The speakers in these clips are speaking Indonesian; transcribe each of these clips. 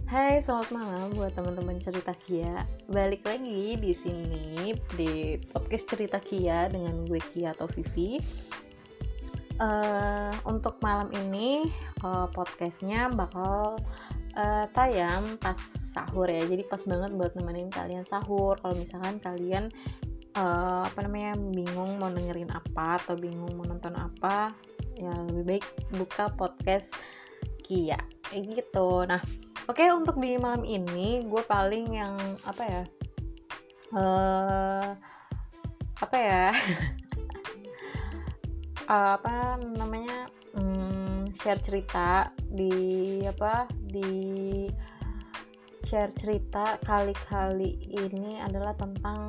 Hai, selamat malam buat teman-teman cerita Kia. Balik lagi di sini di podcast cerita Kia dengan gue Kia atau Vivi. Untuk malam ini podcastnya bakal tayang pas sahur ya. Jadi pas banget buat nemenin kalian sahur. Kalau misalkan kalian bingung mau dengerin apa atau bingung mau nonton apa, ya lebih baik buka podcast Kia kayak gitu. Nah, oke, untuk di malam ini gue paling yang share cerita di share cerita kali ini adalah tentang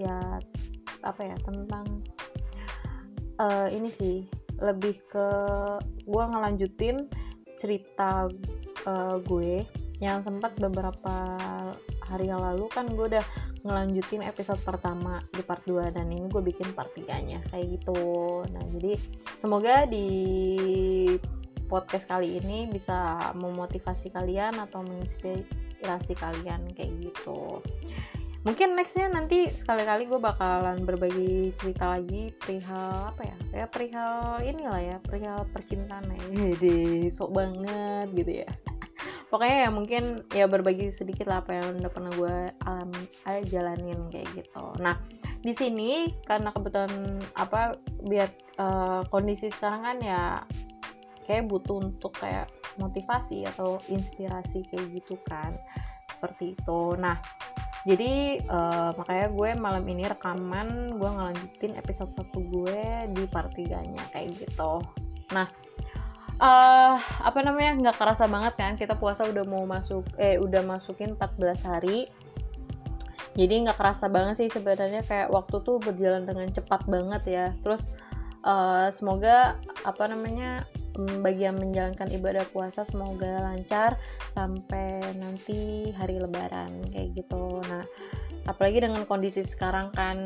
ini sih, lebih ke gue ngelanjutin cerita gue yang sempat beberapa hari yang lalu kan gue udah ngelanjutin episode pertama di part 2 dan ini gue bikin part 3-nya kayak gitu. Nah, jadi semoga di podcast kali ini bisa memotivasi kalian atau menginspirasi kalian kayak gitu. Mungkin nextnya nanti sekali-kali gue bakalan berbagi cerita lagi perihal perihal percintaan ya. Sok banget gitu ya. Pokoknya ya mungkin ya berbagi sedikit lah apa yang udah pernah gue jalanin kayak gitu. Nah, di sini karena kebetulan biar kondisi sekarang kan ya kayak butuh untuk kayak motivasi atau inspirasi kayak gitu kan. Seperti itu. Nah, jadi makanya gue malam ini rekaman, gue ngelanjutin episode 1 gue di part 3-nya kayak gitu. Nah, nggak kerasa banget kan kita puasa udah masukin 14 hari. Jadi nggak kerasa banget sih sebenarnya, kayak waktu tuh berjalan dengan cepat banget ya. Terus semoga bagi yang menjalankan ibadah puasa semoga lancar sampai nanti hari lebaran kayak gitu. Nah, apalagi dengan kondisi sekarang kan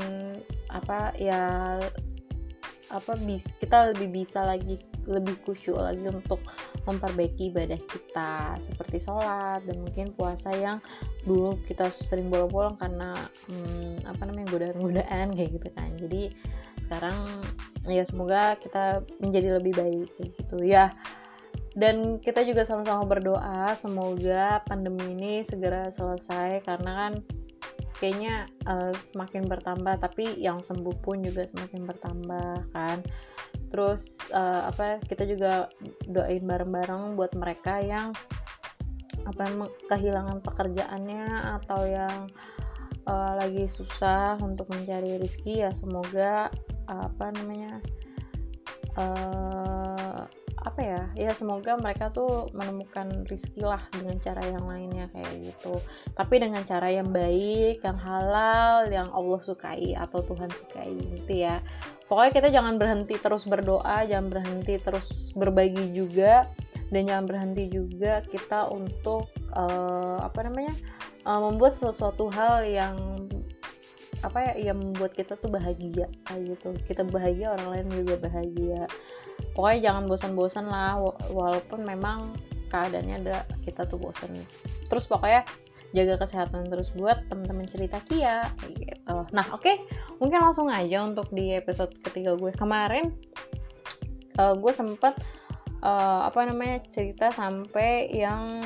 kita lebih khusyuk lagi untuk memperbaiki ibadah kita seperti sholat dan mungkin puasa yang dulu kita sering bolong-bolong karena godaan kayak gitu kan. Jadi sekarang ya semoga kita menjadi lebih baik kayak gitu ya. Dan kita juga sama-sama berdoa semoga pandemi ini segera selesai karena kan kayaknya semakin bertambah, tapi yang sembuh pun juga semakin bertambah kan. Terus kita juga doain bareng-bareng buat mereka yang kehilangan pekerjaannya atau yang lagi susah untuk mencari rezeki, ya semoga semoga mereka tuh menemukan rezeki lah dengan cara yang lainnya kayak gitu, tapi dengan cara yang baik, yang halal, yang Allah sukai atau Tuhan sukai gitu ya. Pokoknya kita jangan berhenti terus berdoa, jangan berhenti terus berbagi juga, dan jangan berhenti juga kita untuk membuat sesuatu hal yang yang membuat kita tuh bahagia kayak gitu. Kita bahagia, orang lain juga bahagia. Pokoknya jangan bosan-bosan lah, walaupun memang keadaannya ada kita tuh bosan. Terus pokoknya jaga kesehatan terus buat teman-teman cerita Kia kayak gitu. Nah, oke, mungkin langsung aja untuk di episode ketiga gue. Kemarin gue sempet cerita sampai yang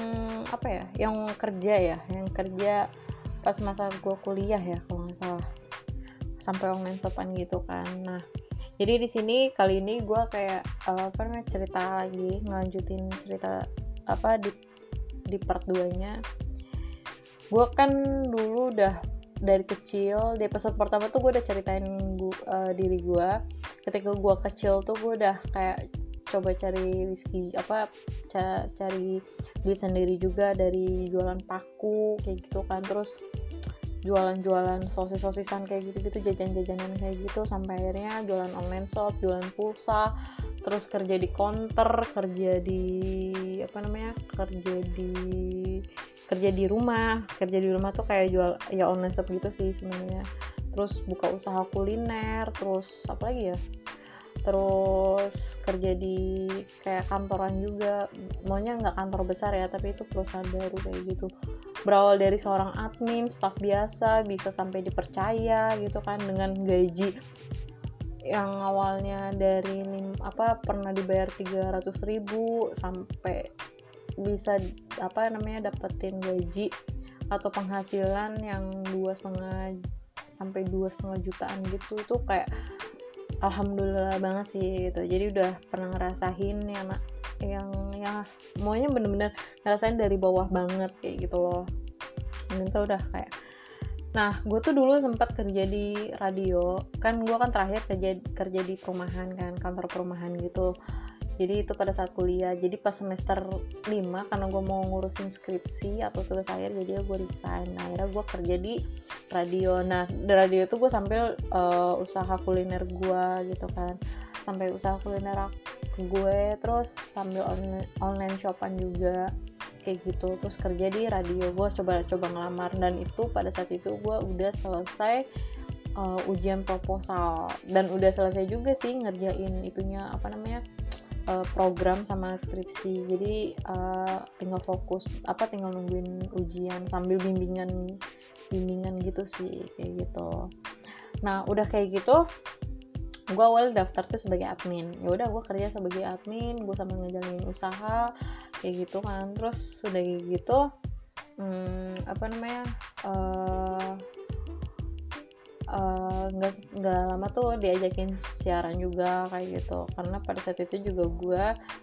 kerja pas masa gue kuliah ya kalau nggak salah, sampai online shopan gitu kan. Nah, jadi di sini kali ini gue kayak cerita lagi, ngelanjutin cerita di part 2-nya. Gue kan dulu udah dari kecil, di episode pertama tuh gue udah ceritain diri gue ketika gue kecil tuh gue udah kayak coba cari rezeki, cari duit sendiri juga dari jualan paku kayak gitu kan. Terus jualan sosis-sosisan kayak gitu-gitu, jajan-jajanan kayak gitu, sampai akhirnya jualan online shop, jualan pulsa, terus kerja di counter, kerja di rumah tuh kayak jual ya online shop gitu sih sebenarnya. Terus buka usaha kuliner, terus apa lagi ya, terus kerja di kayak kantoran juga, maunya nggak kantor besar ya, tapi itu perusahaan baru kayak gitu. Berawal dari seorang admin, staff biasa, bisa sampai dipercaya gitu kan, dengan gaji yang awalnya dari pernah dibayar 300.000 sampai bisa dapetin gaji atau penghasilan yang 2,5 sampai 2,5 jutaan gitu. Itu kayak alhamdulillah banget sih gitu. Jadi udah pernah ngerasain yang maunya bener-bener ngerasain dari bawah banget kayak gitu loh. Dan itu udah kayak, nah gue tuh dulu sempat kerja di radio kan, gue kan terakhir kerja di perumahan kan, kantor perumahan gitu. Jadi itu pada saat kuliah. Jadi pas semester 5 karena gue mau ngurusin skripsi atau tugas akhir, jadi gue resign. Nah, akhirnya gue kerja di radio. Nah di radio itu gue sambil usaha kuliner gue gitu kan, sampai usaha kuliner gue, terus sambil online shopan juga kayak gitu. Terus kerja di radio, gue coba ngelamar, dan itu pada saat itu gue udah selesai ujian proposal, dan udah selesai juga sih ngerjain itunya program sama skripsi. Jadi tinggal fokus tinggal nungguin ujian sambil bimbingan gitu sih kayak gitu. Nah udah kayak gitu, gue awal daftar tuh sebagai admin. Ya udah gue kerja sebagai admin, gue sambil ngejalanin usaha kayak gitu kan. Terus udah kayak gitu nggak lama tuh diajakin siaran juga kayak gitu, karena pada saat itu juga gue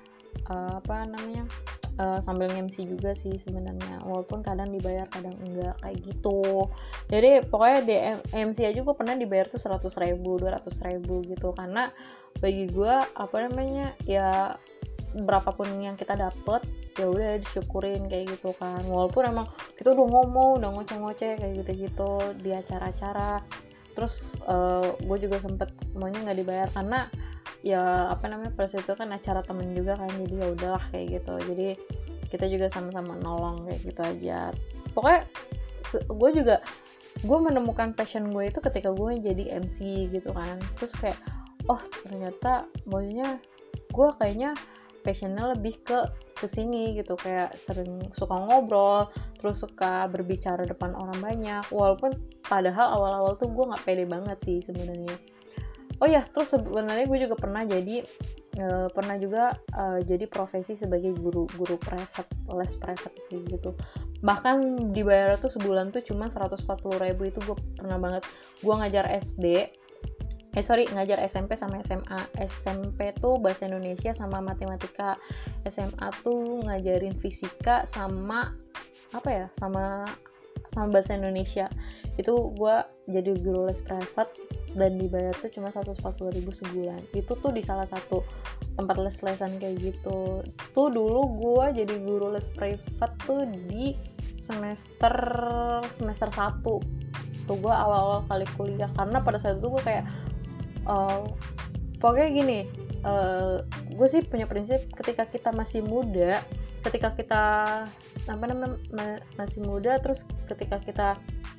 sambil MC juga sih sebenarnya, walaupun kadang dibayar kadang enggak kayak gitu. Jadi pokoknya di MC aja gue pernah dibayar tuh 100.000 200.000 gitu, karena bagi gue ya berapapun yang kita dapet ya udah disyukurin kayak gitu kan, walaupun emang kita udah ngomong udah ngoceh-ngoceh kayak gitu di acara-acara. Terus gue juga sempet maunya nggak dibayar karena ya pada saat itu kan acara temen juga kan, jadi ya udahlah kayak gitu. Jadi kita juga sama-sama nolong kayak gitu aja. Pokoknya gue menemukan passion gue itu ketika gue jadi MC gitu kan. Terus kayak ternyata maunya gue kayaknya passionnya lebih ke sini gitu, kayak sering suka ngobrol, terus suka berbicara depan orang banyak, walaupun padahal awal-awal tuh gue nggak pede banget sih sebenarnya. Terus sebenarnya gue juga pernah jadi profesi sebagai guru private, les private kayak gitu. Bahkan dibayar tuh sebulan tuh cuma 140.000. Itu gue pernah banget. Gue ngajar ngajar SMP sama SMA. SMP tuh bahasa Indonesia sama matematika. SMA tuh ngajarin fisika sama sama bahasa Indonesia. Itu gue jadi guru les private dan dibayar tuh cuma 140.000 sebulan. Itu tuh di salah satu tempat les-lesan kayak gitu. Tuh dulu gue jadi guru les private tuh di semester 1. Tuh gue awal-awal kali kuliah, karena pada saat itu gue kayak pokoknya gini, gue sih punya prinsip ketika kita masih muda, masih muda, terus ketika kita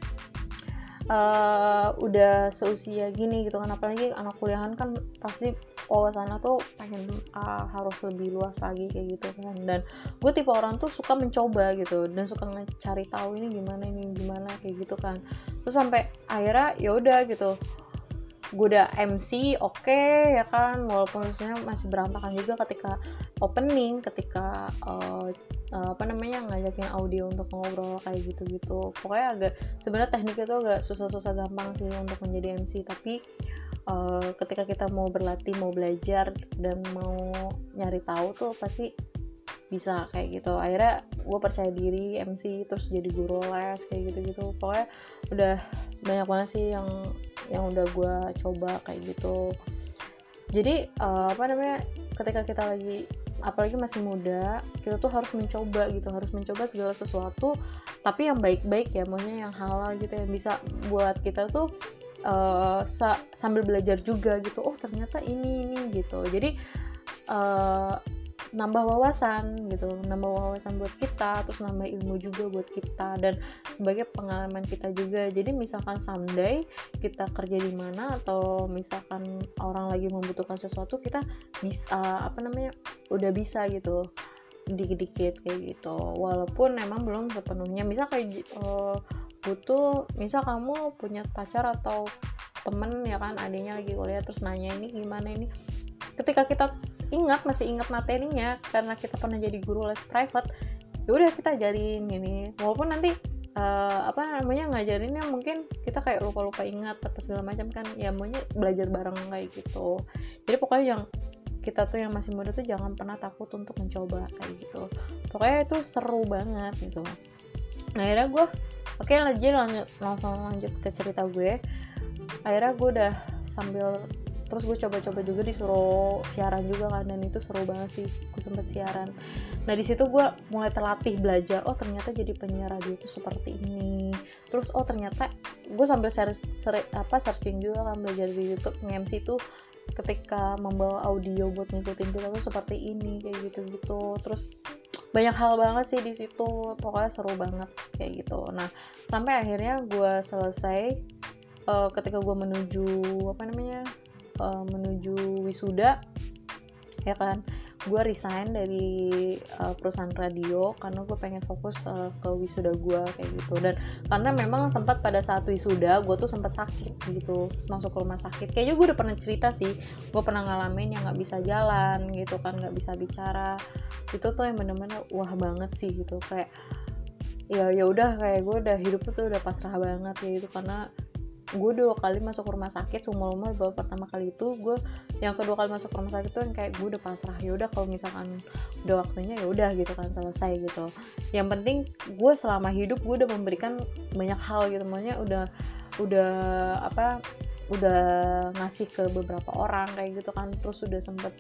udah seusia gini gitu kan, apalagi anak kuliahan kan pasti wawasannya tuh pengen harus lebih luas lagi kayak gitu kan. Dan gue tipe orang tuh suka mencoba gitu, dan suka cari tahu ini gimana kayak gitu kan. Terus sampai akhirnya ya udah gitu, gue udah MC oke, ya kan, walaupun maksudnya masih berantakan juga ketika opening, ketika ngajakin audio untuk ngobrol kayak gitu. Pokoknya sebenarnya tekniknya tuh agak susah gampang sih untuk menjadi MC, tapi ketika kita mau berlatih, mau belajar, dan mau nyari tahu tuh pasti bisa kayak gitu. Akhirnya gue percaya diri MC, terus jadi guru les kayak gitu. Pokoknya udah banyak banget sih yang udah gue coba kayak gitu. Jadi ketika kita lagi apalagi masih muda, kita tuh harus mencoba segala sesuatu, tapi yang baik-baik ya, maunya yang halal gitu, yang bisa buat kita tuh sambil belajar juga gitu. Ternyata ini gitu. Jadi nambah wawasan gitu, nambah wawasan buat kita, terus nambah ilmu juga buat kita, dan sebagai pengalaman kita juga. Jadi misalkan someday kita kerja di mana, atau misalkan orang lagi membutuhkan sesuatu, kita bisa udah bisa gitu dikit-dikit kayak gitu, walaupun emang belum sepenuhnya. Misal kayak butuh, misal kamu punya pacar atau temen ya kan, adiknya lagi kuliah terus nanya ini gimana ini, ketika kita masih ingat materinya karena kita pernah jadi guru les private, ya udah kita ajarin gini, walaupun nanti ngajarinnya mungkin kita kayak lupa ingat apa segala macam kan, ya maunya belajar bareng kayak gitu. Jadi pokoknya yang kita tuh yang masih muda tuh jangan pernah takut untuk mencoba kayak gitu, pokoknya itu seru banget gitu. Nah akhirnya gue langsung lanjut ke cerita gue. Akhirnya gue udah sambil terus gue coba-coba juga disuruh siaran juga kan, dan itu seru banget sih, gue sempet siaran. Nah di situ gue mulai terlatih belajar, oh ternyata jadi penyiar radio itu seperti ini. Terus oh ternyata gue sambil searching juga kan, belajar di YouTube nge-MC tuh ketika membawa audio buat ngikutin kita tuh seperti ini kayak gitu-gitu. Terus banyak hal banget sih di situ, pokoknya seru banget kayak gitu. Nah sampai akhirnya gue selesai, ketika gue menuju wisuda ya kan, gue resign dari perusahaan radio karena gue pengen fokus ke wisuda gue kayak gitu. Dan karena memang sempat pada saat wisuda gue tuh sempat sakit gitu, masuk ke rumah sakit. Kayaknya gue udah pernah cerita sih, gue pernah ngalamin yang nggak bisa jalan gitu kan, nggak bisa bicara. Itu tuh yang bener-bener wah banget sih gitu, kayak ya udah, kayak gue udah hidup tuh udah pasrah banget ya gitu. Karena gue 2 kali masuk rumah sakit seumur umur, baru pertama kali itu gue, yang kedua kali masuk rumah sakit tuh yang kayak gue udah pasrah, ya udah kalau misalkan udah waktunya ya udah gitu kan, selesai gitu. Yang penting gue selama hidup gue udah memberikan banyak hal gitu, maksudnya udah ngasih ke beberapa orang kayak gitu kan. Terus udah sempet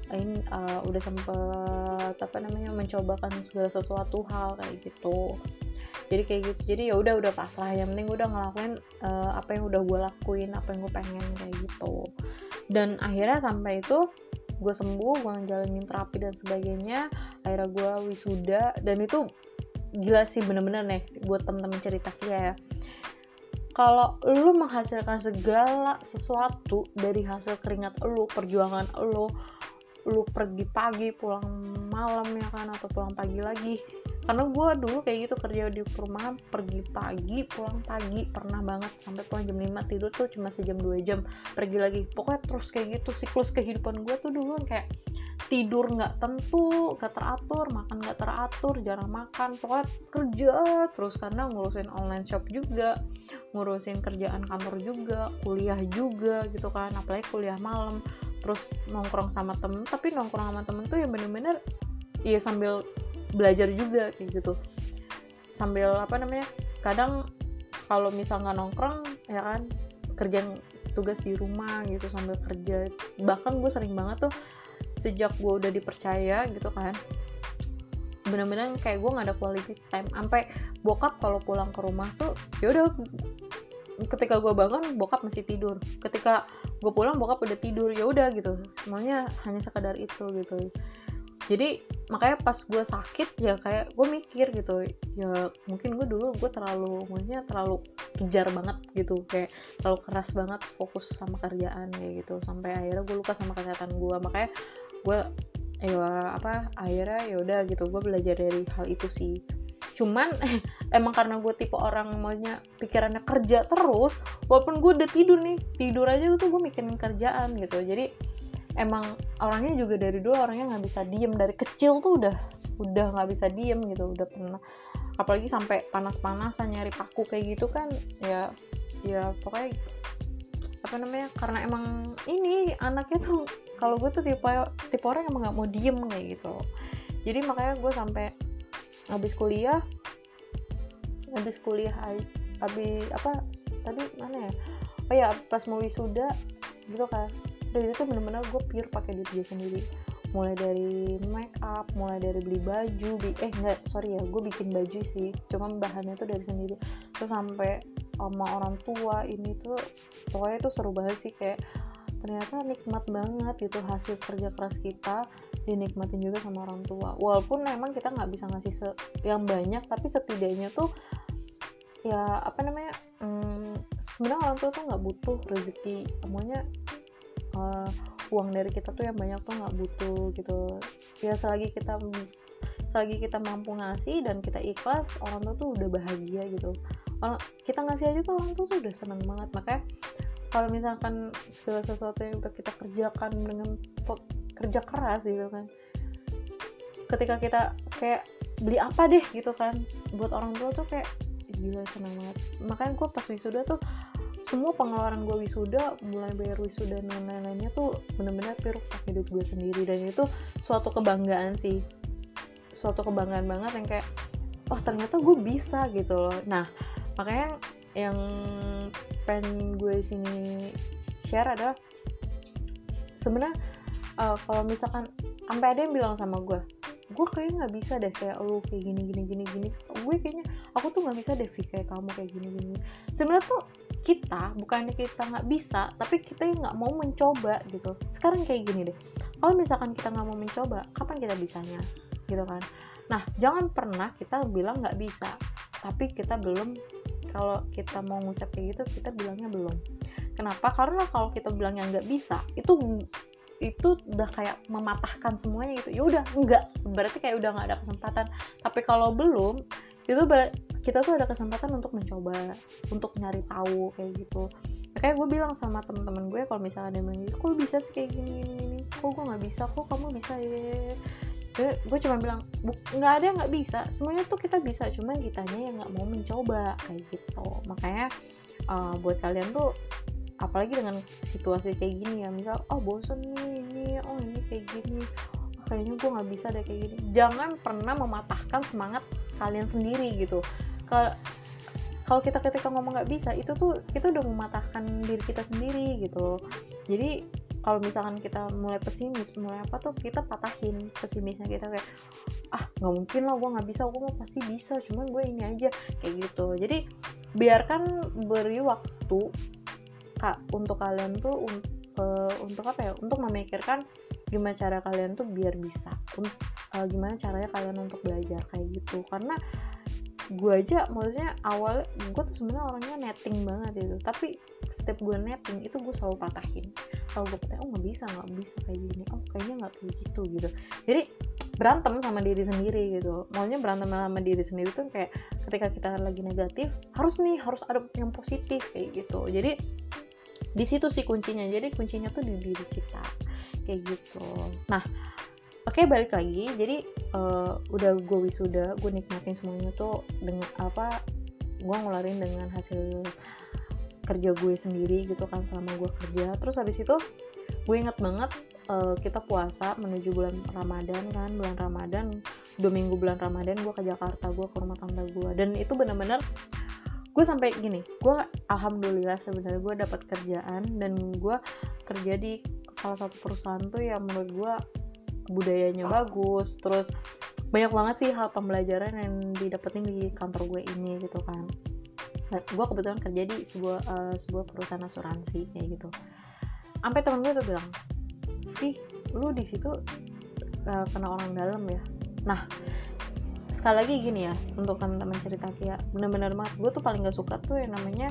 mencobakan segala sesuatu hal kayak gitu. Jadi kayak gitu, jadi ya udah pasrah, yang penting gue udah ngelakuin apa yang udah gue lakuin, apa yang gue pengen kayak gitu. Dan akhirnya sampai itu gue sembuh, gue ngejalanin terapi dan sebagainya, akhirnya gue wisuda. Dan itu gila sih bener-bener nih buat temen-temen cerita ya, kalau lu menghasilkan segala sesuatu dari hasil keringat lu, perjuangan lu pergi pagi pulang malam ya kan, atau pulang pagi lagi. Karena gue dulu kayak gitu, kerja di perumahan, pergi pagi pulang pagi, pernah banget sampai pulang jam 5, tidur tuh cuma sejam 2 jam, pergi lagi. Pokoknya terus kayak gitu, siklus kehidupan gue tuh dulu kayak tidur nggak tentu, nggak teratur, makan nggak teratur, jarang makan, pokoknya kerja terus. Karena ngurusin online shop juga, ngurusin kerjaan kantor juga, kuliah juga gitu kan, apalagi kuliah malam. Terus nongkrong sama temen, tapi nongkrong sama temen tuh ya bener-bener ya sambil belajar juga kayak gitu, sambil kadang kalau misal nggak nongkrong ya kan, kerjaan tugas di rumah gitu sambil kerja. Bahkan gue sering banget tuh sejak gue udah dipercaya gitu kan, bener-bener kayak gue nggak ada quality time, sampai bokap kalau pulang ke rumah tuh ya udah, ketika gue bangun bokap masih tidur, ketika gue pulang bokap udah tidur, ya udah gitu, semuanya hanya sekadar itu gitu. Jadi makanya pas gue sakit ya kayak gue mikir gitu, ya mungkin gue dulu terlalu kejar banget gitu, kayak terlalu keras banget fokus sama kerjaan kayak gitu, sampai akhirnya gue lupa sama kesehatan gue. Makanya gue akhirnya ya udah gitu, gue belajar dari hal itu sih. Cuman emang karena gue tipe orang maunya pikirannya kerja terus, walaupun gue udah tidur aja tuh gue mikirin kerjaan gitu. Jadi emang orangnya juga dari dulu orangnya nggak bisa diem, dari kecil tuh udah nggak bisa diem gitu, udah pernah, apalagi sampai panas-panasan nyari paku kayak gitu kan, ya pokoknya karena emang ini anaknya tuh, kalau gue tuh tipe orang emang nggak mau diem kayak gitu. Jadi makanya gue sampai habis kuliah pas mau wisuda gitu kan, udah itu bener-bener gue pure pakai duit gue sendiri, mulai dari make up, mulai dari beli baju, gue bikin baju sih, cuma bahannya tuh dari sendiri. Terus sampai sama orang tua, ini tuh pokoknya tuh seru banget sih, kayak ternyata nikmat banget gitu, hasil kerja keras kita dinikmatin juga sama orang tua. Walaupun memang kita nggak bisa ngasih yang banyak, tapi setidaknya tuh ya apa namanya, sebenarnya orang tua tuh nggak butuh rezeki, semuanya uang dari kita tuh yang banyak tuh nggak butuh gitu ya. Selagi kita mampu ngasih dan kita ikhlas, orang tua tuh udah bahagia gitu. Kita ngasih aja tuh orang tua tuh udah seneng banget. Makanya kalau misalkan segala sesuatu yang udah kita kerjakan dengan kerja keras gitu kan, ketika kita kayak beli apa deh gitu kan buat orang tua tuh kayak gila, seneng banget. Makanya gue pas wisuda tuh semua pengeluaran gue wisuda, mulai bayar wisuda dan lain-lainnya tuh benar-benar pure pakai duit gue sendiri. Dan itu suatu kebanggaan sih, suatu kebanggaan banget yang kayak oh ternyata gue bisa gitu loh. Nah makanya yang pengen gue sini share adalah sebenarnya kalau misalkan sampai ada yang bilang sama gue kayaknya nggak bisa deh kayak lu kayak gini, gue kayaknya aku tuh nggak bisa deh kayak kamu kayak gini. Sebenarnya tuh kita bukannya kita nggak bisa, tapi kita yang nggak mau mencoba gitu. Sekarang kayak gini deh, kalau misalkan kita nggak mau mencoba, kapan kita bisanya gitu kan. Nah jangan pernah kita bilang nggak bisa tapi kita belum. Kalau kita mau ngucap kayak gitu, kita bilangnya belum. Kenapa? Karena kalau kita bilangnya nggak bisa, itu udah kayak mematahkan semuanya gitu. Ya udah enggak, berarti kayak udah nggak ada kesempatan. Tapi kalau belum, itu kita tuh ada kesempatan untuk mencoba, untuk nyari tahu kayak gitu. Kayak gue bilang sama teman-teman gue, kalau misalnya ada yang bilang kok bisa sih kayak gini, kok gue nggak bisa, kok kamu bisa ya. Gue cuma bilang nggak ada yang nggak bisa, semuanya tuh kita bisa, cuman kitanya yang nggak mau mencoba kayak gitu. Makanya buat kalian tuh apalagi dengan situasi kayak gini ya, misal bosen nih ini kayak gini, kayaknya gue nggak bisa deh kayak gini, jangan pernah mematahkan semangat kalian sendiri gitu. Kalau kita ketika ngomong nggak bisa, itu tuh kita udah mematahkan diri kita sendiri gitu. Jadi kalau misalkan kita mulai pesimis, mulai apa tuh, kita patahin pesimisnya kita kayak nggak mungkin lah gue nggak bisa, gue mau pasti bisa, cuman gue ini aja kayak gitu. Jadi biarkan beri waktu untuk kalian tuh untuk apa ya, untuk memikirkan gimana cara kalian tuh biar bisa, gimana caranya kalian untuk belajar kayak gitu. Karena gue aja maksudnya awal gue tuh sebenarnya orangnya netting banget gitu, tapi setiap gue netting itu gue selalu patahin, nggak bisa kayak gini, kayaknya nggak kayak gitu. Jadi berantem sama diri sendiri gitu. Maunya berantem sama diri sendiri tuh kayak ketika kita lagi negatif harus ada yang positif kayak gitu. Jadi di situ sih kuncinya. Jadi kuncinya tuh di diri kita kayak gitu. Nah oke, balik lagi. Jadi udah gue wisuda, gue nikmatin semuanya tuh dengan gue ngeluarin dengan hasil kerja gue sendiri gitu kan selama gue kerja. Terus habis itu gue inget banget kita puasa menuju bulan Ramadan kan. Bulan Ramadan, 2 minggu bulan Ramadan gue ke Jakarta, gue ke rumah tante gue. Dan itu benar-benar gue sampai gini, gue alhamdulillah sebenarnya gue dapat kerjaan, dan gue kerja di salah satu perusahaan tuh yang menurut gue budayanya bagus, terus banyak banget sih hal pembelajaran yang didapetin di kantor gue ini gitu kan. Nah, gue kebetulan kerja di sebuah perusahaan asuransi kayak gitu. Sampai temen gue tuh bilang, lu di situ kena orang dalam ya. Nah sekali lagi gini ya, untuk teman-teman cerita kayak benar-benar banget, gue tuh paling gak suka tuh yang namanya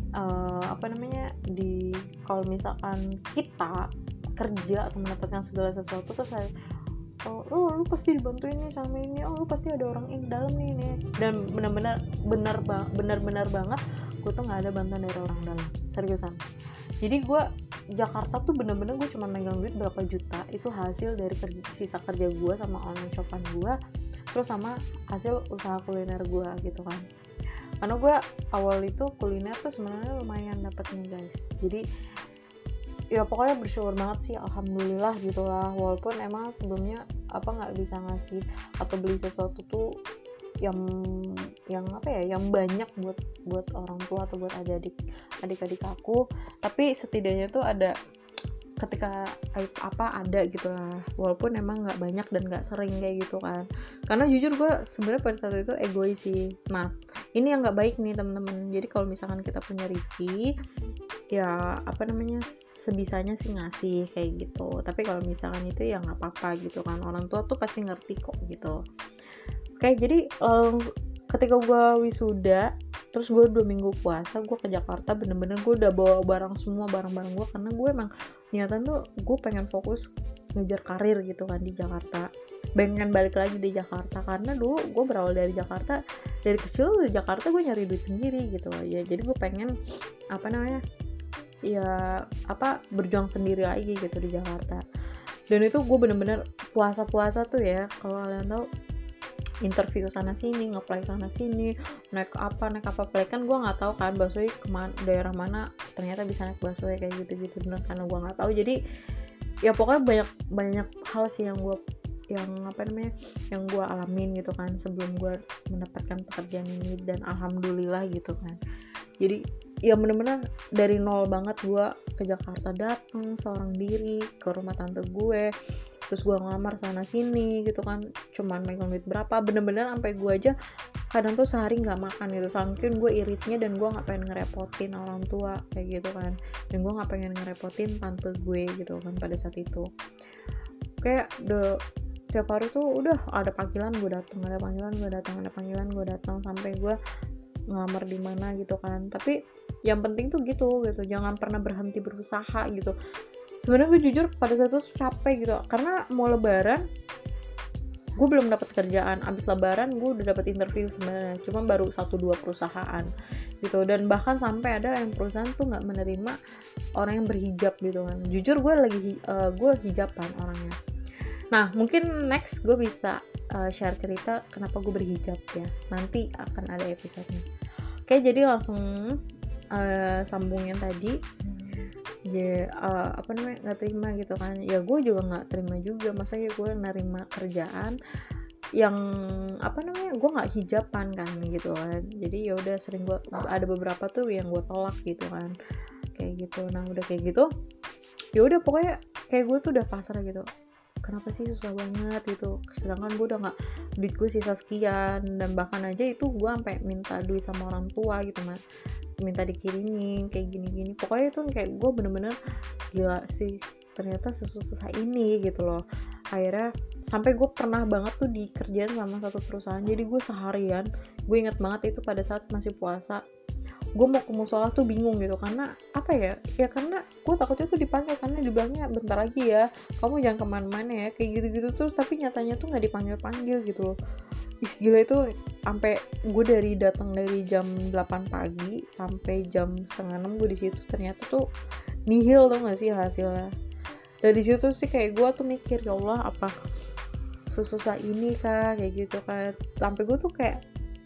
kalau misalkan kita kerja atau mendapatkan segala sesuatu terus saya lu pasti dibantuin nih sama ini, lu pasti ada orang ini dalam nih. Dan benar-benar banget gue tuh nggak ada bantuan dari orang dalam, seriusan. Jadi gue Jakarta tuh bener-bener gue cuma megang duit berapa juta, itu hasil dari sisa kerja gue sama online shopan gue, terus sama hasil usaha kuliner gue gitu kan. Karena gue awal itu kuliner tuh sebenarnya lumayan dapetnya guys. Jadi ya pokoknya bersyukur banget sih, alhamdulillah gitulah. Walaupun emang sebelumnya nggak bisa ngasih atau beli sesuatu tuh yang banyak buat orang tua atau buat adik-adik aku, tapi setidaknya tuh ada ketika ada gitu lah, walaupun emang nggak banyak dan nggak sering kayak gitu kan. Karena jujur gue sebenarnya pada saat itu egois sih. Nah ini yang nggak baik nih teman-teman. Jadi kalau misalkan kita punya rezeki ya sebisanya sih ngasih kayak gitu. Tapi kalau misalkan itu ya nggak apa-apa gitu kan, orang tua tuh pasti ngerti kok gitu. Oke, jadi ketika gue wisuda, terus gue 2 minggu puasa, gue ke Jakarta, bener-bener gue udah bawa barang-barang gue, karena gue emang niatan tuh gue pengen fokus ngejar karir gitu kan di Jakarta, pengen balik lagi di Jakarta, karena dulu gue berawal dari Jakarta, dari kecil di Jakarta gue nyari duit sendiri gitu ya, jadi gue pengen berjuang sendiri lagi gitu di Jakarta. Dan itu gue bener-bener puasa-puasa tuh ya, kalau kalian tahu, interview sana sini, nge-apply sana sini, naik apa play, kan gue nggak tahu kan busway kemana, daerah mana ternyata bisa naik busway kayak gitu bener, karena gue nggak tahu. Jadi ya pokoknya banyak hal sih yang gue alamin gitu kan sebelum gue mendapatkan pekerjaan ini, dan alhamdulillah gitu kan. Jadi ya bener-bener dari nol banget gue ke Jakarta, datang seorang diri ke rumah tante gue, terus gue ngelamar sana sini gitu kan, cuman megang duit berapa, bener-bener sampai gue aja kadang tuh sehari nggak makan gitu, saking gue iritnya, dan gue nggak pengen ngerepotin orang tua kayak gitu kan, dan gue nggak pengen ngerepotin tante gue gitu kan pada saat itu. Kayak tiap hari tuh udah ada panggilan gue datang, ada panggilan gue datang sampai gue ngelamar di mana gitu kan. Tapi yang penting tuh gitu, jangan pernah berhenti berusaha gitu. Sebenarnya gue jujur pada saat itu capek gitu, karena mau lebaran gue belum dapat kerjaan, abis lebaran gue udah dapat interview sebenarnya, cuma baru 1-2 perusahaan gitu, dan bahkan sampai ada yang perusahaan tuh nggak menerima orang yang berhijab gitu kan. Jujur gue hijaban orangnya. Nah mungkin next gue bisa share cerita kenapa gue berhijab ya, nanti akan ada episodenya. Oke, jadi langsung sambungin tadi. Nggak terima gitu kan, ya gue juga nggak terima juga, masa ya gue nerima kerjaan yang gue nggak hijaban kan gitu kan. Jadi ya udah sering gue ada beberapa tuh yang gue tolak gitu kan, kayak gitu. Nah udah kayak gitu ya udah pokoknya kayak gue tuh udah pasrah gitu, kenapa sih susah banget gitu, sedangkan gue udah nggak, duit gue sisa sekian, dan bahkan aja itu gue sampai minta duit sama orang tua gitu mas, minta dikirimin kayak gini-gini. Pokoknya itu kayak gue bener-bener gila sih, ternyata susah ini gitu loh. Akhirnya sampai gue pernah banget tuh dikerjain sama satu perusahaan, jadi gue seharian, gue inget banget itu pada saat masih puasa, gue mau ke musola tuh bingung gitu, karena karena gue takutnya tuh dipanggil, karena dibilangnya bentar lagi ya, kamu jangan kemana-mana ya, kayak gitu-gitu terus, tapi nyatanya tuh nggak dipanggil-panggil gitu loh. Gila itu, sampai gue datang dari jam 8 pagi sampai jam 5:30 gue di situ, ternyata tuh nihil tuh nggak sih hasilnya. Dari situ sih kayak gue tuh mikir, ya Allah apa susah ini kah kayak gitu kan, sampai gue tuh kayak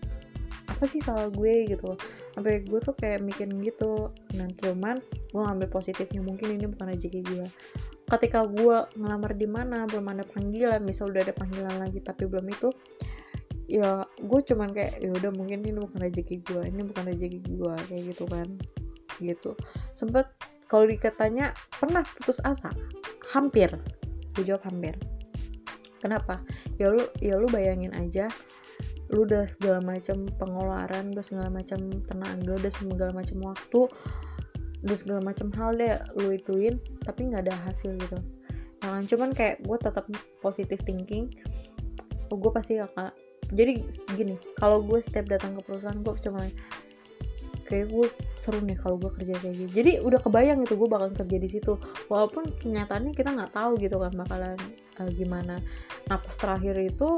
apa sih salah gue gitu, sampai gue tuh kayak mikirin gitu. Nah cuman gue ngambil positifnya, mungkin ini bukan rezeki gue. Ketika gue ngelamar di mana belum ada panggilan, misal udah ada panggilan lagi tapi belum itu, ya gue cuman kayak ya udah mungkin ini bukan rezeki gue kayak gitu kan gitu. Sempet kalau dikatanya pernah putus asa, hampir, gue jawab hampir. Kenapa? Ya lu bayangin aja, lu udah segala macam pengeluaran, udah segala macam tenaga, udah segala macam waktu, udah segala macam hal deh lu ituin, tapi nggak ada hasil gitu. Nah, cuman kayak gue tetap positive thinking, gue pasti akan. Jadi gini, kalau gue setiap datang ke perusahaan, gue cuma kayak gue seru nih kalau gue kerja kayak gitu. Jadi udah kebayang gitu gue bakal kerja di situ, walaupun kenyataannya kita nggak tahu gitu kan bakalan gimana. Nah pas terakhir itu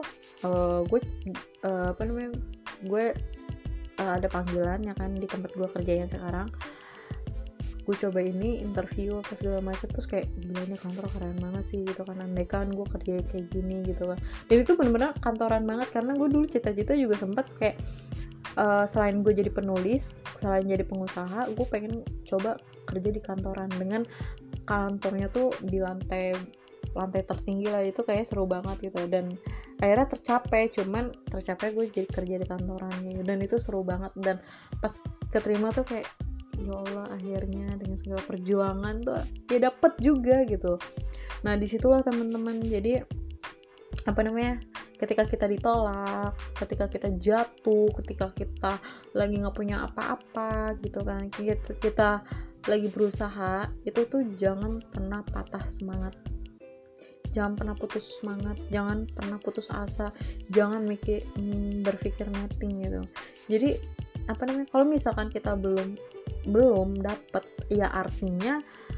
gue ada panggilan ya kan di tempat gue kerja yang sekarang. Gue coba ini interview apa segala macam, terus kayak gila nih kantor keren banget sih gitu kan, andai kan gue kerja kayak gini gitu kan. Dan itu benar-benar kantoran banget, karena gue dulu cita-cita juga sempet kayak selain gue jadi penulis, selain jadi pengusaha, gue pengen coba kerja di kantoran, dengan kantornya tuh di lantai tertinggi lah, itu kayak seru banget gitu. Dan akhirnya tercapai gue jadi kerja di kantoran gitu, dan itu seru banget. Dan pas keterima tuh kayak ya Allah, akhirnya dengan segala perjuangan tuh ya dapet juga gitu. Nah disitulah teman-teman, jadi ketika kita ditolak, ketika kita jatuh, ketika kita lagi nggak punya apa-apa gitu kan, kita lagi berusaha itu tuh jangan pernah patah semangat, jangan pernah putus semangat, jangan pernah putus asa, jangan berpikir netting gitu. Jadi kalau misalkan kita belum dapet, ya artinya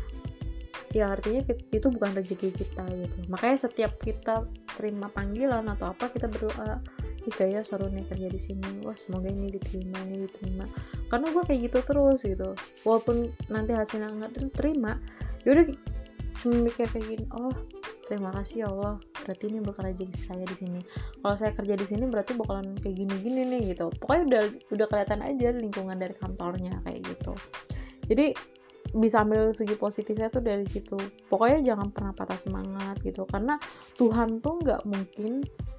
itu bukan rezeki kita gitu. Makanya setiap kita terima panggilan atau apa, kita berdoa, ih kayak seru nih kerja di sini, wah semoga ini diterima. Karena gue kayak gitu terus gitu, walaupun nanti hasilnya nggak terima, yaudah cuma mikir kayak gini, oh terima kasih ya Allah, berarti ini bakal rezeki saya di sini. Kalau saya kerja di sini berarti bakalan kayak gini nih gitu. Pokoknya udah kelihatan aja lingkungan dari kantornya kayak gitu. Jadi bisa ambil segi positifnya tuh dari situ. Pokoknya jangan pernah patah semangat gitu, karena Tuhan tuh nggak mungkin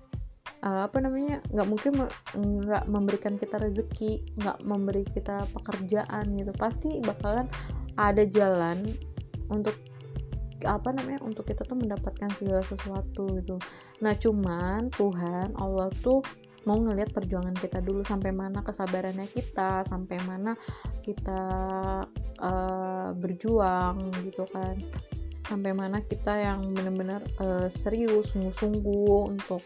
nggak memberikan kita rezeki, nggak memberi kita pekerjaan gitu. Pasti bakalan ada jalan untuk untuk kita tuh mendapatkan segala sesuatu gitu. Nah cuman Tuhan Allah tuh mau ngelihat perjuangan kita dulu, sampai mana kesabarannya kita, sampai mana kita berjuang gitu kan, sampai mana kita yang benar-benar serius sungguh-sungguh untuk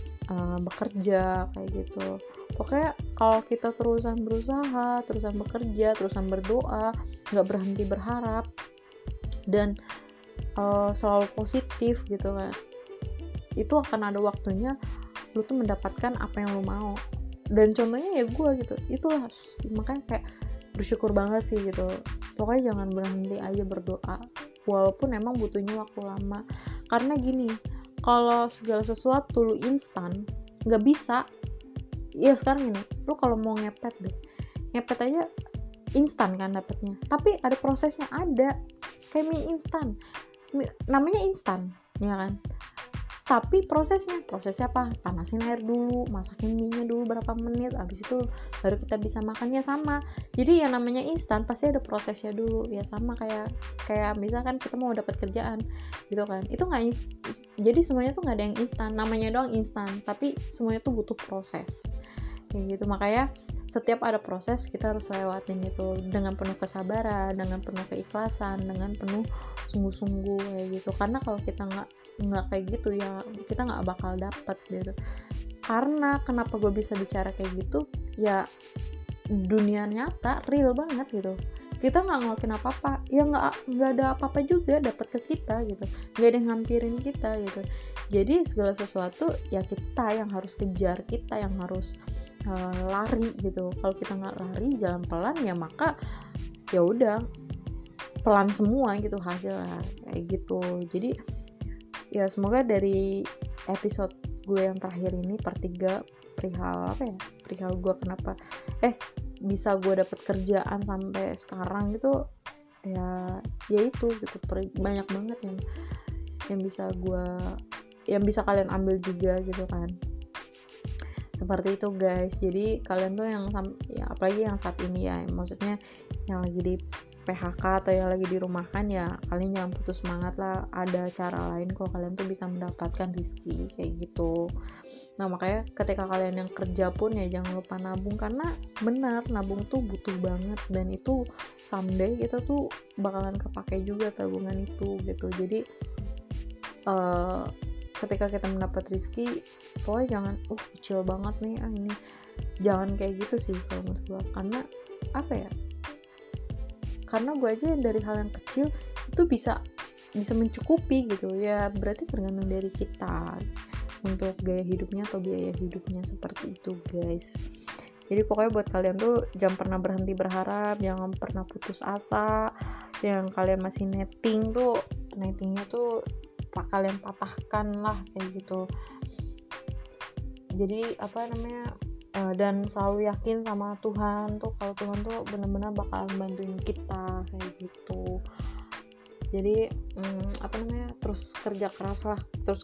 bekerja kayak gitu. Pokoknya kalau kita terusan berusaha, terusan bekerja, terusan berdoa, nggak berhenti berharap, dan selalu positif gitu kan, itu akan ada waktunya lu tuh mendapatkan apa yang lu mau. Dan contohnya ya gue gitu, itulah makanya kayak bersyukur banget sih gitu. Pokoknya jangan berhenti aja berdoa, walaupun emang butuhnya waktu lama. Karena gini, kalau segala sesuatu lu instan, nggak bisa. Ya sekarang ini lu kalau mau ngepet aja instan kan dapetnya, tapi ada prosesnya, ada kayak mie instan, namanya instan ya kan, tapi prosesnya apa? Panasin air dulu, masakin mie-nya dulu berapa menit, abis itu baru kita bisa makannya. Sama. Jadi yang namanya instan pasti ada prosesnya dulu. Ya sama kayak misalkan kita mau dapat kerjaan gitu kan, itu nggak, jadi semuanya tuh nggak ada yang instan, namanya doang instan, tapi semuanya tuh butuh proses kayak gitu. Makanya setiap ada proses kita harus lewatin itu dengan penuh kesabaran, dengan penuh keikhlasan, dengan penuh sungguh-sungguh kayak gitu. Karena kalau kita nggak kayak gitu ya kita nggak bakal dapet gitu. Karena kenapa gue bisa bicara kayak gitu ya, dunia nyata real banget gitu. Kita nggak ngelakuin apa-apa ya, nggak ada apa-apa juga dapat ke kita gitu, nggak ada yang ngampirin kita gitu. Jadi segala sesuatu ya kita yang harus kejar, kita yang harus lari gitu. Kalau kita nggak lari, jalan pelan, ya maka ya udah pelan semua gitu hasilnya kayak gitu. Jadi ya semoga dari episode gue yang terakhir ini, part 3, perihal gue kenapa bisa gue dapet kerjaan sampai sekarang gitu ya itu gitu, banyak banget yang bisa kalian ambil juga gitu kan. Seperti itu guys. Jadi kalian tuh yang ya, apalagi yang saat ini ya, maksudnya yang lagi di PHK atau yang lagi dirumahkan, ya kalian jangan putus semangat lah. Ada cara lain kok kalian tuh bisa mendapatkan rezeki kayak gitu. Nah makanya ketika kalian yang kerja pun ya jangan lupa nabung, karena benar nabung tuh butuh banget, dan itu someday kita tuh bakalan kepake juga tabungan itu gitu. Jadi ketika kita mendapat rezeki, pokoknya jangan kecil banget nih ini, jangan kayak gitu sih kalau menurut gue. Karena karena gue aja yang dari hal yang kecil itu bisa mencukupi gitu ya. Berarti tergantung dari kita untuk gaya hidupnya atau biaya hidupnya, seperti itu guys. Jadi pokoknya buat kalian tuh jangan pernah berhenti berharap, jangan pernah putus asa. Yang kalian masih nettingnya tuh kalian patahkan lah kayak gitu. Jadi dan selalu yakin sama Tuhan tuh, kalau Tuhan tuh benar-benar bakalan bantuin kita kayak gitu. Jadi terus kerja keras, terus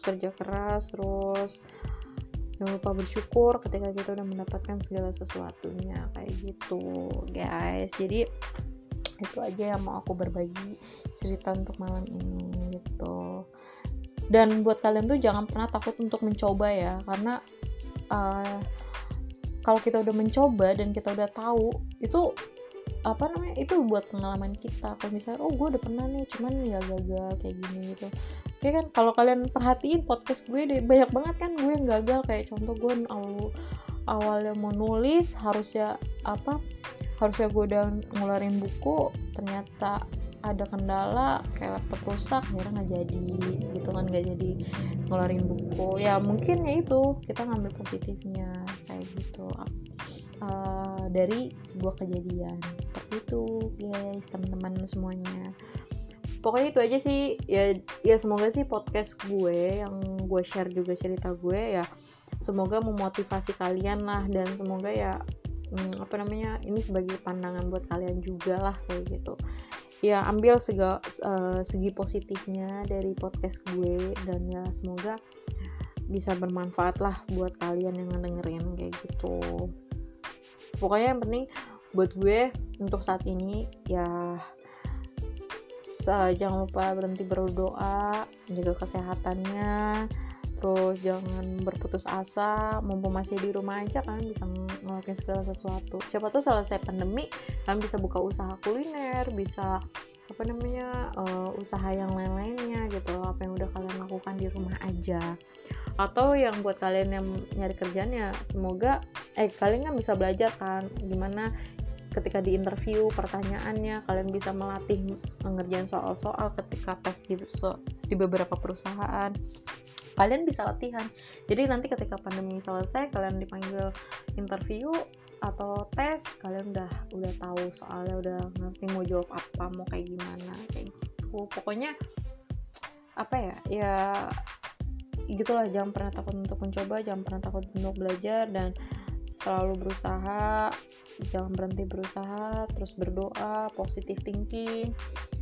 jangan lupa bersyukur ketika kita udah mendapatkan segala sesuatunya kayak gitu guys. Jadi itu aja yang mau aku berbagi cerita untuk malam ini gitu. Dan buat kalian tuh jangan pernah takut untuk mencoba ya, karena kalau kita udah mencoba dan kita udah tahu, itu itu buat pengalaman kita. Kalau misalnya gue udah pernah nih cuman ya gagal kayak gini gitu. Oke kan, kalau kalian perhatiin podcast gue deh, banyak banget kan gue yang gagal. Kayak contoh gue awalnya mau nulis, harusnya gue udah ngeluarin buku, ternyata ada kendala kayak laptop rusak, akhirnya nggak jadi gitu kan, nggak jadi ngeluarin buku. Ya mungkin ya itu, kita ngambil positifnya kayak gitu dari sebuah kejadian seperti itu guys, teman-teman semuanya. Pokoknya itu aja sih ya semoga sih podcast gue yang gue share juga cerita gue ya semoga memotivasi kalian lah, dan semoga ya ini sebagai pandangan buat kalian juga lah kayak gitu. Ya ambil segi positifnya dari podcast gue, dan ya semoga bisa bermanfaat lah buat kalian yang ngedengerin kayak gitu. Pokoknya yang penting buat gue untuk saat ini ya jangan lupa berhenti berdoa, jaga kesehatannya, terus jangan berputus asa. Mumpung masih di rumah aja kan bisa ngelakuin segala sesuatu. Siapa tuh selesai pandemi kan bisa buka usaha kuliner, bisa usaha yang lain-lainnya gitu, apa yang udah kalian lakukan di rumah aja. Atau yang buat kalian yang nyari kerjaan ya semoga kalian kan bisa belajar kan gimana ketika di interview pertanyaannya, kalian bisa melatih mengerjain soal-soal ketika tes di beberapa perusahaan. Kalian bisa latihan. Jadi nanti ketika pandemi selesai, kalian dipanggil interview atau tes, kalian udah tahu soalnya, udah ngerti mau jawab apa, mau kayak gimana kayak gitu. Pokoknya ya gitulah, jangan pernah takut untuk mencoba, jangan pernah takut untuk belajar, dan selalu berusaha, jangan berhenti berusaha, terus berdoa, positive thinking,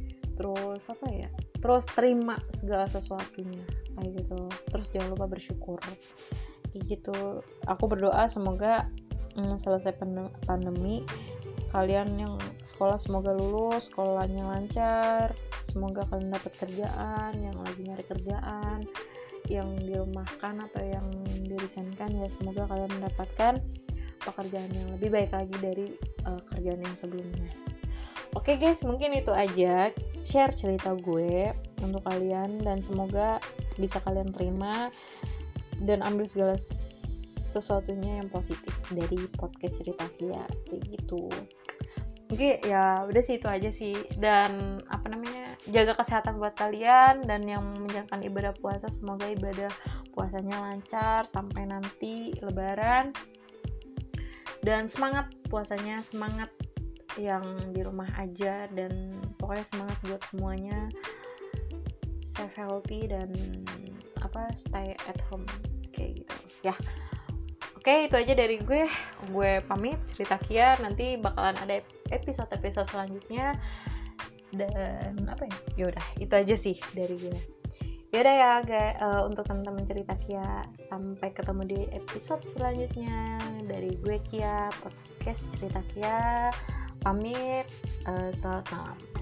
terus terima segala sesuatunya kayak gitu, terus jangan lupa bersyukur kayak gitu. Aku berdoa semoga selesai pandemi, kalian yang sekolah semoga lulus, sekolahnya lancar, semoga kalian dapat kerjaan, yang lagi nyari kerjaan, yang dirumahkan atau yang dirisenkan ya semoga kalian mendapatkan pekerjaan yang lebih baik lagi dari kerjaan yang sebelumnya. Oke guys, mungkin itu aja share cerita gue untuk kalian, dan semoga bisa kalian terima dan ambil segala sesuatunya yang positif dari podcast cerita Kia kayak gitu. Oke, ya udah sih itu aja sih, dan jaga kesehatan buat kalian, dan yang menjalankan ibadah puasa semoga ibadah puasanya lancar sampai nanti lebaran, dan semangat puasanya, semangat yang di rumah aja, dan pokoknya semangat buat semuanya, stay healthy dan stay at home kayak gitu ya. Oke, itu aja dari gue pamit cerita Kia, nanti bakalan ada episode selanjutnya, dan yaudah itu aja sih dari gue. Yaudah ya guys, untuk teman-teman cerita Kia, sampai ketemu di episode selanjutnya dari gue Kia, podcast cerita Kia, pamit, selamat malam.